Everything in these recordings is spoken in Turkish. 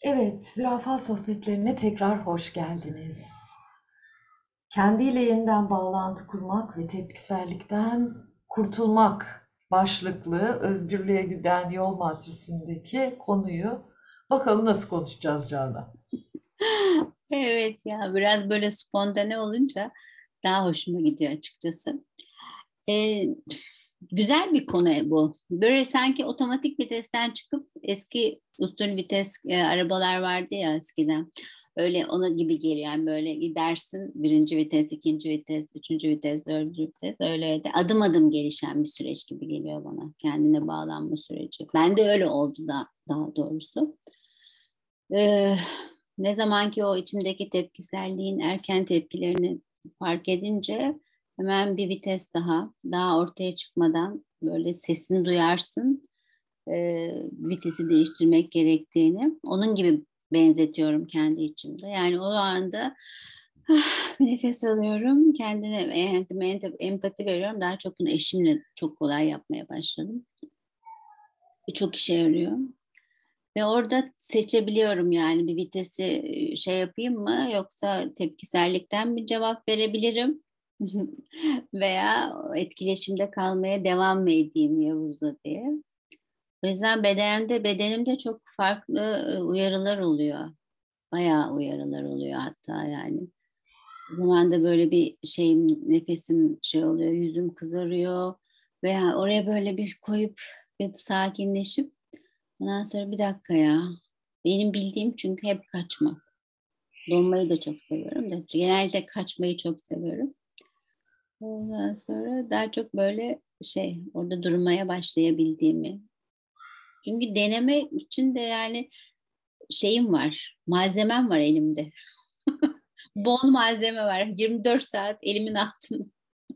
Evet, zürafa sohbetlerine tekrar hoş geldiniz. Kendiyle yeniden bağlantı kurmak ve tepkisellikten kurtulmak başlıklı özgürlüğe giden yol matrisindeki konuyu bakalım nasıl konuşacağız Canan. Evet ya biraz böyle spontane olunca daha hoşuma gidiyor açıkçası. Ee, Güzel bir konu bu. Böyle sanki otomatik vitesten çıkıp eski usul vites arabalar vardı ya eskiden. Öyle ona gibi geliyor. Yani böyle gidersin birinci vites, ikinci vites, üçüncü vites, dördüncü vites öyle de adım adım gelişen bir süreç gibi geliyor bana. Kendine bağlanma süreci. Ben de öyle oldu da daha doğrusu. Ee, Ne zaman ki o içimdeki tepkiselliğin erken tepkilerini fark edince hemen bir vites daha ortaya çıkmadan böyle sesini duyarsın, vitesi değiştirmek gerektiğini. Onun gibi benzetiyorum kendi içimde. Yani o anda bir nefes alıyorum, kendine empati veriyorum. Daha çok bunu eşimle çok kolay yapmaya başladım. Çok işe yarıyor. Ve orada seçebiliyorum yani bir vitesi şey yapayım mı yoksa tepkisellikten mi cevap verebilirim veya etkileşimde kalmaya devam mı edeyim Yavuz'la diye. O yüzden bedenimde çok farklı uyarılar oluyor. Bayağı uyarılar oluyor hatta yani. O zaman da böyle bir şeyim nefesim şey oluyor, yüzüm kızarıyor veya oraya böyle bir koyup bir sakinleşip ondan sonra bir dakika ya. Benim bildiğim çünkü hep kaçmak. Donmayı da çok seviyorum da. Genelde kaçmayı çok seviyorum. Ondan sonra daha çok böyle şey orada durmaya başlayabildiğimi. Çünkü denemek için de yani şeyim var. Malzemem var elimde. Bol malzeme var. 24 saat elimin altında.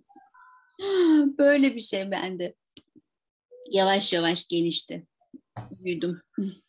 Böyle bir şey bende. Yavaş yavaş gelişti. Büyüdüm.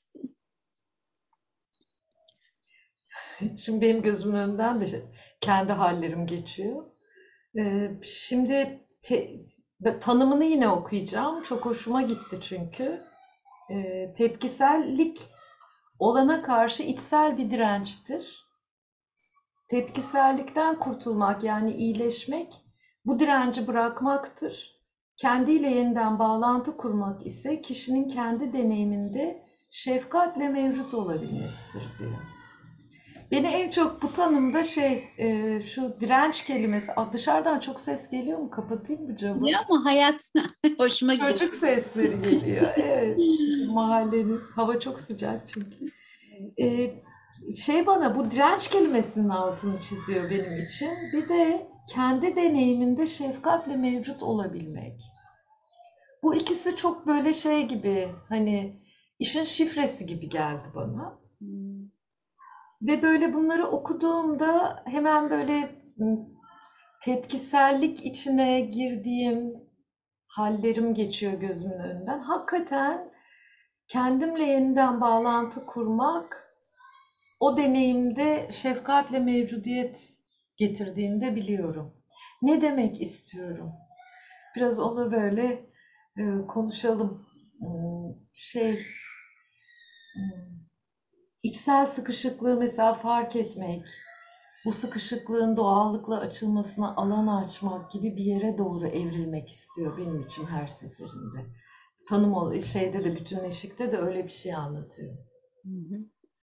Şimdi benim gözümün önünden de kendi hallerim geçiyor. Şimdi tanımını yine okuyacağım. Çok hoşuma gitti çünkü. Tepkisellik olana karşı içsel bir dirençtir. Tepkisellikten kurtulmak yani iyileşmek bu direnci bırakmaktır. Kendiyle yeniden bağlantı kurmak ise kişinin kendi deneyiminde şefkatle mevcut olabilmesidir diyor. Beni en çok bu tanımda şu direnç kelimesi, dışarıdan çok ses geliyor mu? Kapatayım mı camı? Ya ama hayat hoşuma gidiyor. Çocuk sesleri geliyor. Evet, mahallenin hava çok sıcak çünkü. Ee, Bana bu direnç kelimesinin altını çiziyor benim için. Bir de kendi deneyiminde şefkatle mevcut olabilmek. Bu ikisi çok böyle şey gibi hani işin şifresi gibi geldi bana. Hmm. Ve böyle bunları okuduğumda hemen böyle tepkisellik içine girdiğim hallerim geçiyor gözümün önünden. Hakikaten kendimle yeniden bağlantı kurmak o deneyimde şefkatle mevcudiyet getirdiğini de biliyorum. Ne demek istiyorum? Biraz onu böyle konuşalım. İçsel sıkışıklığı mesela fark etmek, bu sıkışıklığın doğallıkla açılmasına alan açmak gibi bir yere doğru evrilmek istiyor benim için her seferinde. Şeyde de bütünleşikte de öyle bir şey anlatıyor. Hı hı.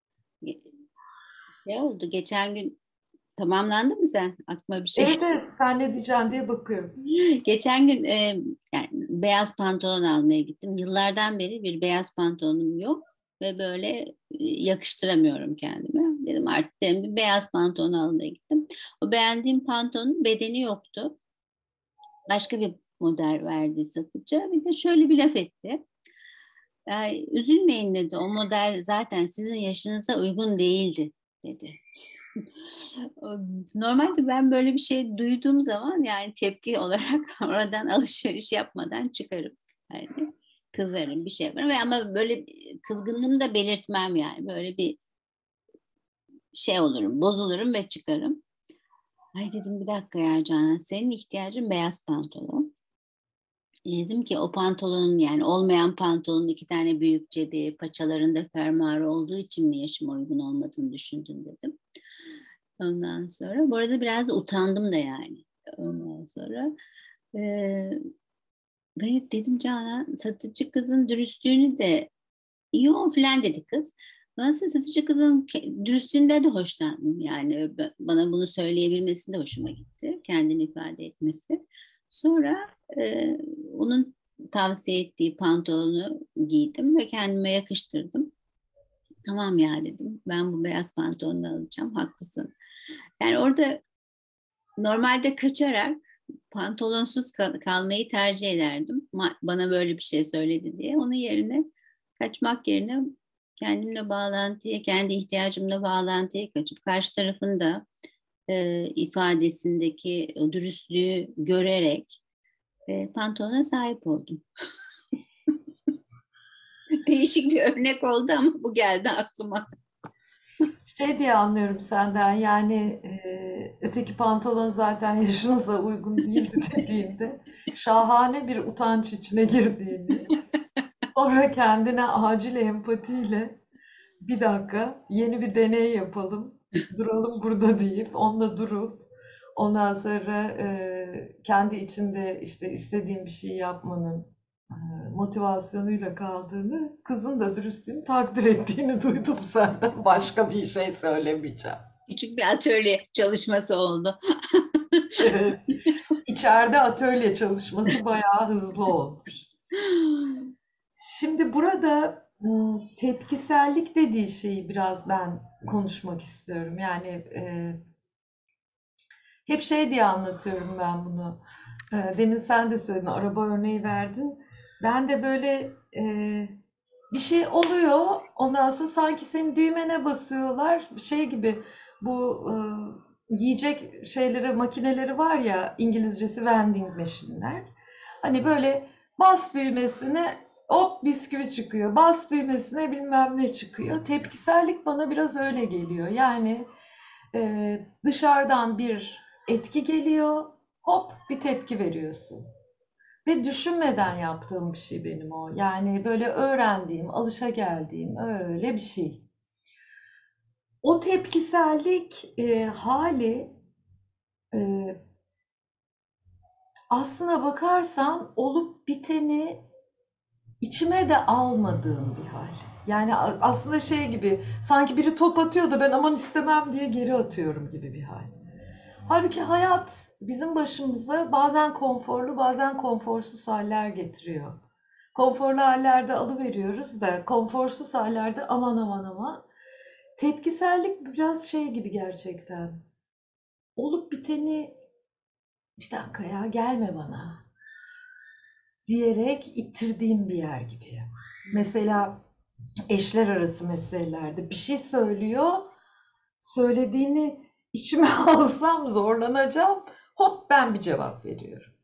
Ne oldu? Geçen gün tamamlandı mı sen? Aklıma bir şey. Evet evet sen ne diyeceksin diye bakıyorum. Geçen gün yani beyaz pantolon almaya gittim. Yıllardan beri bir beyaz pantolonum yok ve böyle yakıştıramıyorum kendime. Dedim artık dedim, bir beyaz pantolon almaya gittim. O beğendiğim pantolonun bedeni yoktu. Başka bir model verdi satıcı. Bir de şöyle bir laf etti. Yani, üzülmeyin dedi. O model zaten sizin yaşınıza uygun değildi dedi. Normalde ben böyle bir şey duyduğum zaman yani tepki olarak oradan alışveriş yapmadan çıkarım. Yani kızarım bir şey yaparım ve ama böyle kızgınlığımı da belirtmem yani. Böyle bir şey olurum, bozulurum ve çıkarım. Ay dedim bir dakika ya Canan, senin ihtiyacın beyaz pantolon. Dedim ki o pantolonun, yani olmayan pantolonun 2 tane büyük cebi, paçalarında fermuarı olduğu için mi yaşıma uygun olmadığını düşündün dedim. Ondan sonra bu arada biraz da utandım da yani. Ondan sonra e, ve dedim Canan, satıcı kızın dürüstlüğünü de iyi o falan dedi kız. Ben satıcı kızın dürüstlüğünde de hoşlandım. Yani bana bunu söyleyebilmesi de hoşuma gitti. Kendini ifade etmesi. Sonra onun tavsiye ettiği pantolonu giydim ve kendime yakıştırdım. Tamam ya dedim. Ben bu beyaz pantolonu alacağım. Haklısın. Yani orada normalde kaçarak pantolonsuz kalmayı tercih ederdim. Bana böyle bir şey söyledi diye. Onun yerine, kaçmak yerine kendimle bağlantıya, kendi ihtiyacımla bağlantıya kaçıp karşı tarafın da ifadesindeki o dürüstlüğü görerek pantolona sahip oldum. Değişik bir örnek oldu ama bu geldi aklıma. Şey diye anlıyorum senden yani öteki pantolon zaten yaşınıza uygun değildi dediğinde şahane bir utanç içine girdiğini, sonra kendine acil empatiyle bir dakika yeni bir deney yapalım, duralım burada deyip onunla durup ondan sonra kendi içinde işte istediğin bir şey yapmanın motivasyonuyla kaldığını, kızın da dürüstlüğünü takdir ettiğini duydum senden. Başka bir şey söylemeyeceğim. Küçük bir atölye çalışması oldu. Evet. İçeride atölye çalışması bayağı hızlı olmuş. Şimdi burada tepkisellik dediği şeyi biraz ben konuşmak istiyorum. Yani hep şey diye anlatıyorum ben bunu. Demin sen de söyledin, araba örneği verdin. Ben de böyle bir şey oluyor, ondan sonra sanki senin düğmene basıyorlar. Şey gibi bu yiyecek şeyleri, makineleri var ya, İngilizcesi vending machine'ler. Hani böyle bas düğmesine hop bisküvi çıkıyor. Bas düğmesine bilmem ne çıkıyor. Tepkisellik bana biraz öyle geliyor. Yani dışarıdan bir etki geliyor, hop bir tepki veriyorsun. Ve düşünmeden yaptığım bir şey benim o. Yani böyle öğrendiğim, alışageldiğim öyle bir şey. O tepkisellik hali e, aslına bakarsan olup biteni içime de almadığım bir hal. Yani aslında şey gibi, sanki biri top atıyor da ben aman istemem diye geri atıyorum gibi bir hal. Halbuki hayat bizim başımıza bazen konforlu, bazen konforsuz haller getiriyor. Konforlu hallerde alıveriyoruz da konforsuz hallerde aman aman aman. Tepkisellik biraz şey gibi gerçekten. Olup biteni bir dakika ya gelme bana diyerek ittirdiğim bir yer gibi. Mesela eşler arası meselelerde bir şey söylüyor, söylediğini içime alsam zorlanacağım. Hop ben bir cevap veriyorum.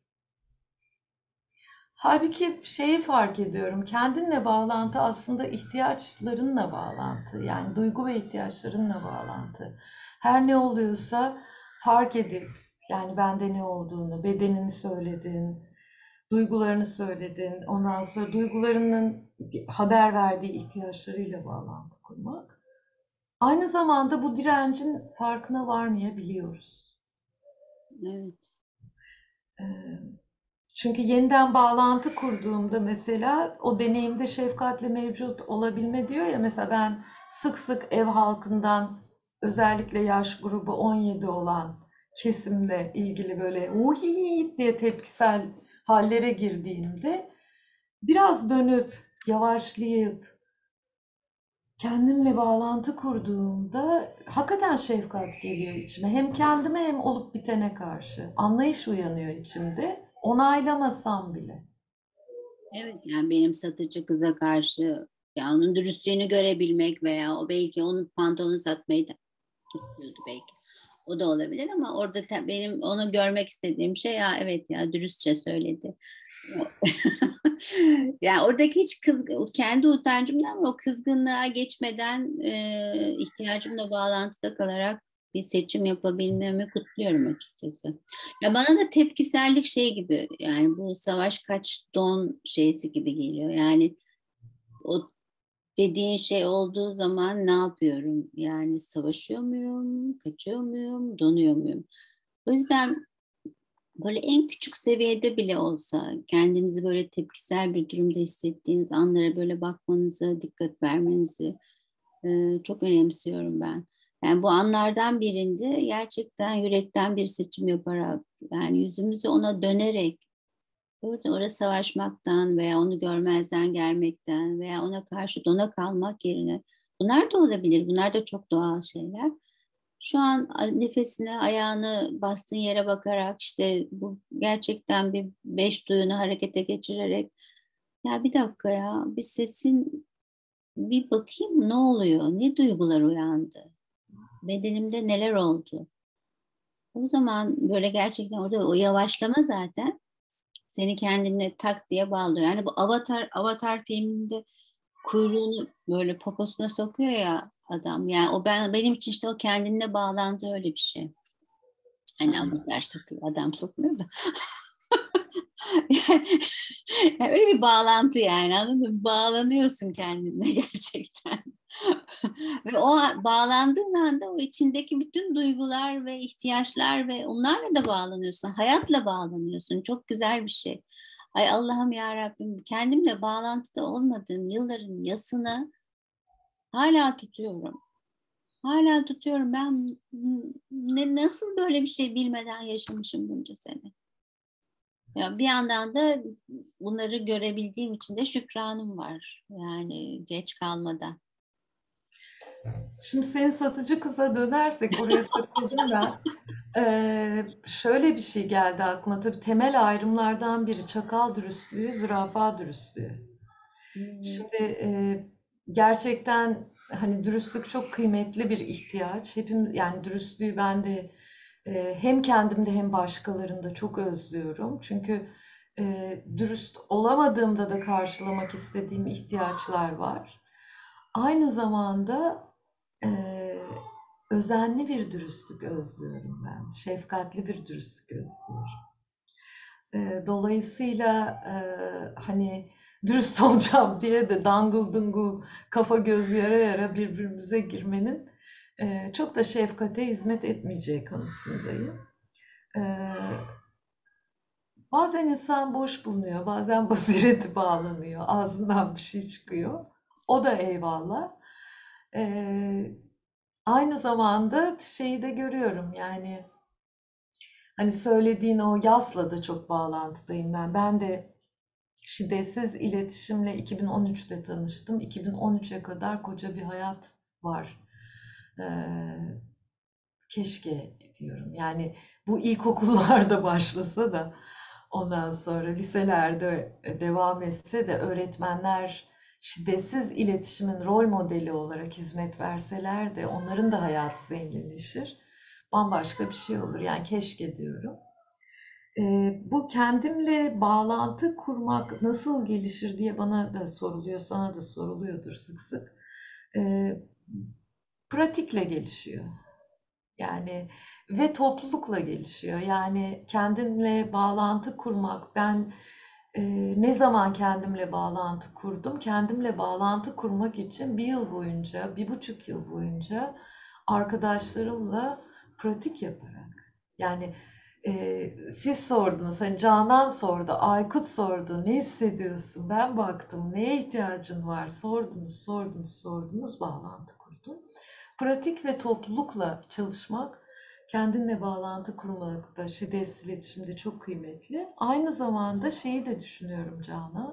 Halbuki şeyi fark ediyorum. Kendinle bağlantı aslında ihtiyaçlarınla bağlantı. Yani duygu ve ihtiyaçlarınla bağlantı. Her ne oluyorsa fark edip yani bende ne olduğunu, bedenini söyledin, duygularını söyledin. Ondan sonra duygularının haber verdiği ihtiyaçlarıyla bağlantı kurmak. Aynı zamanda bu direncin farkına varmayabiliyoruz. Evet. Çünkü yeniden bağlantı kurduğumda mesela o deneyimde şefkatle mevcut olabilme diyor ya, mesela ben sık sık ev halkından özellikle yaş grubu 17 olan kesimle ilgili böyle uy diye tepkisel hallere girdiğimde biraz dönüp yavaşlayıp kendimle bağlantı kurduğumda hakikaten şefkat geliyor içime. Hem kendime hem olup bitene karşı. Anlayış uyanıyor içimde. Onaylamasam bile. Evet, yani benim satıcı kıza karşı ya onun dürüstlüğünü görebilmek veya o belki onun pantolonu satmayı da istiyordu belki. O da olabilir ama orada benim onu görmek istediğim şey, ya evet ya dürüstçe söyledi. Yani oradaki hiç kendi utancımdan ve o kızgınlığa geçmeden ihtiyacımla bağlantıda kalarak bir seçim yapabilmemi kutluyorum açıkçası. Ya bana da tepkisellik şey gibi, yani bu savaş kaç don şeysi gibi geliyor. Yani o dediğin şey olduğu zaman ne yapıyorum? Yani savaşıyor muyum, kaçıyor muyum, donuyor muyum? O yüzden böyle en küçük seviyede bile olsa kendinizi böyle tepkisel bir durumda hissettiğiniz anlara böyle bakmanızı, dikkat vermenizi çok önemsiyorum ben. Yani bu anlardan birinde gerçekten yürekten bir seçim yaparak, yani yüzümüzü ona dönerek, orada savaşmaktan veya onu görmezden gelmekten veya ona karşı dona kalmak yerine, bunlar da olabilir. Bunlar da çok doğal şeyler. Şu an nefesine, ayağını bastığın yere bakarak, işte bu gerçekten bir beş duyunu harekete geçirerek, ya bir dakika, ya bir sesin, bir bakayım ne oluyor, ne duygular uyandı, bedenimde neler oldu. O zaman böyle gerçekten orada o yavaşlama zaten seni kendine tak diye bağlıyor. Yani bu Avatar filminde kuyruğunu böyle poposuna sokuyor ya adam. Yani o benim için işte o kendine bağlantı öyle bir şey. Hani Avatar sokuyor, adam sokmuyor da. Yani öyle bir bağlantı, yani anladın mı? Bağlanıyorsun kendine gerçekten. Ve o bağlandığın anda o içindeki bütün duygular ve ihtiyaçlar ve onlarla da bağlanıyorsun. Hayatla bağlanıyorsun. Çok güzel bir şey. Ay Allah'ım ya Rabbim, kendimle bağlantıda olmadığım yılların yasını hala tutuyorum. Hala tutuyorum. Ben nasıl böyle bir şey bilmeden yaşamışım bunca sene. Ya bir yandan da bunları görebildiğim için de şükranım var. Yani geç kalmadan. Şimdi senin satıcı kıza dönersek oraya takıldım ben. Şöyle bir şey geldi aklıma. Tabii temel ayrımlardan biri çakal dürüstlüğü, zürafa dürüstlüğü. Hmm. Şimdi gerçekten hani dürüstlük çok kıymetli bir ihtiyaç. Yani dürüstlüğü ben de hem kendimde hem başkalarında çok özlüyorum. Çünkü dürüst olamadığımda da karşılamak istediğim ihtiyaçlar var. Aynı zamanda e, özenli bir dürüstlük özlüyorum ben. Şefkatli bir dürüstlük özlüyorum. Dolayısıyla hani dürüst olacağım diye de dangıl dungul kafa göz yara yara birbirimize girmenin çok da şefkate hizmet etmeyeceği kanısındayım. Eee, Bazen insan boş bulunuyor, bazen basireti bağlanıyor, ağzından bir şey çıkıyor. O da eyvallah. Eee, Aynı zamanda şeyi de görüyorum yani hani söylediğin o yasla da çok bağlantıdayım ben. Ben de şiddetsiz iletişimle 2013'te tanıştım. 2013'e kadar koca bir hayat var. Ee, Keşke diyorum. Yani bu ilkokullarda başlasa da ondan sonra liselerde devam etse de öğretmenler şiddetsiz iletişimin rol modeli olarak hizmet verseler de onların da hayatı zenginleşir. Bambaşka bir şey olur. Yani keşke diyorum. Bu kendimle bağlantı kurmak nasıl gelişir diye bana da soruluyor, sana da soruluyordur sık sık. Eee, Pratikle gelişiyor. Yani ve toplulukla gelişiyor. Yani kendimle bağlantı kurmak. Ben ne zaman kendimle bağlantı kurdum? Kendimle bağlantı kurmak için bir yıl boyunca, 1,5 yıl boyunca arkadaşlarımla pratik yaparak. Yani siz sordunuz, hani Canan sordu, Aykut sordu, ne hissediyorsun? Ben baktım, neye ihtiyacın var? Sordunuz, sordunuz, sordunuz, bağlantı kurdum. Pratik ve toplulukla çalışmak, kendinle bağlantı kurmakta, şiddetsiz iletişimde çok kıymetli. Aynı zamanda şeyi de düşünüyorum Canan.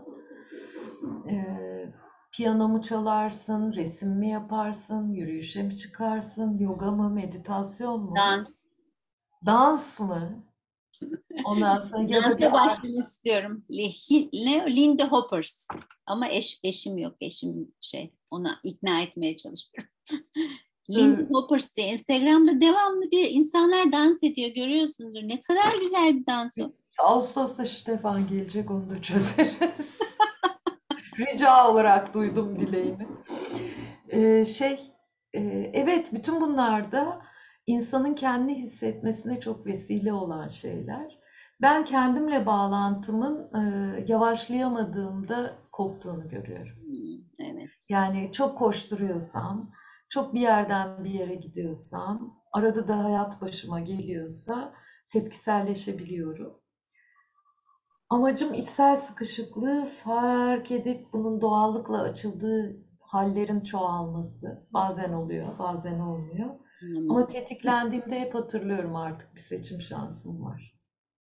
Piyano mu çalarsın, resim mi yaparsın, yürüyüşe mi çıkarsın, yoga mı, meditasyon mu, Dans. dans mı? Ondan sonra ya da Dansa bir başlamak istiyorum. Lindy Hoppers. Ama eşim yok. Eşim ona ikna etmeye çalışıyorum. Lindy dur. Hoppers diye Instagram'da devamlı bir insanlar dans ediyor. Görüyorsundur. Ne kadar güzel bir dans o. Ağustos'ta Stefan gelecek, onu da çözeriz. Rica olarak duydum dileğini. Şey, evet bütün bunlarda insanın kendini hissetmesine çok vesile olan şeyler. Ben kendimle bağlantımın yavaşlayamadığımda koptuğunu görüyorum. Evet. Yani çok koşturuyorsam, çok bir yerden bir yere gidiyorsam, arada da hayat başıma geliyorsa tepkiselleşebiliyorum. Amacım içsel sıkışıklığı fark edip bunun doğallıkla açıldığı hallerin çoğalması. Bazen oluyor, bazen olmuyor. Ama Anladım. tetiklendiğimde hep hatırlıyorum, artık bir seçim şansım var.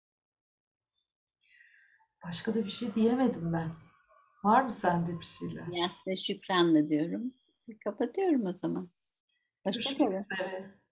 Başka da bir şey diyemedim ben. Var mı sende bir şeyler? Yasna Şükran'la diyorum. Kapatıyorum o zaman. Hoşça Görüşmek kalın. üzere.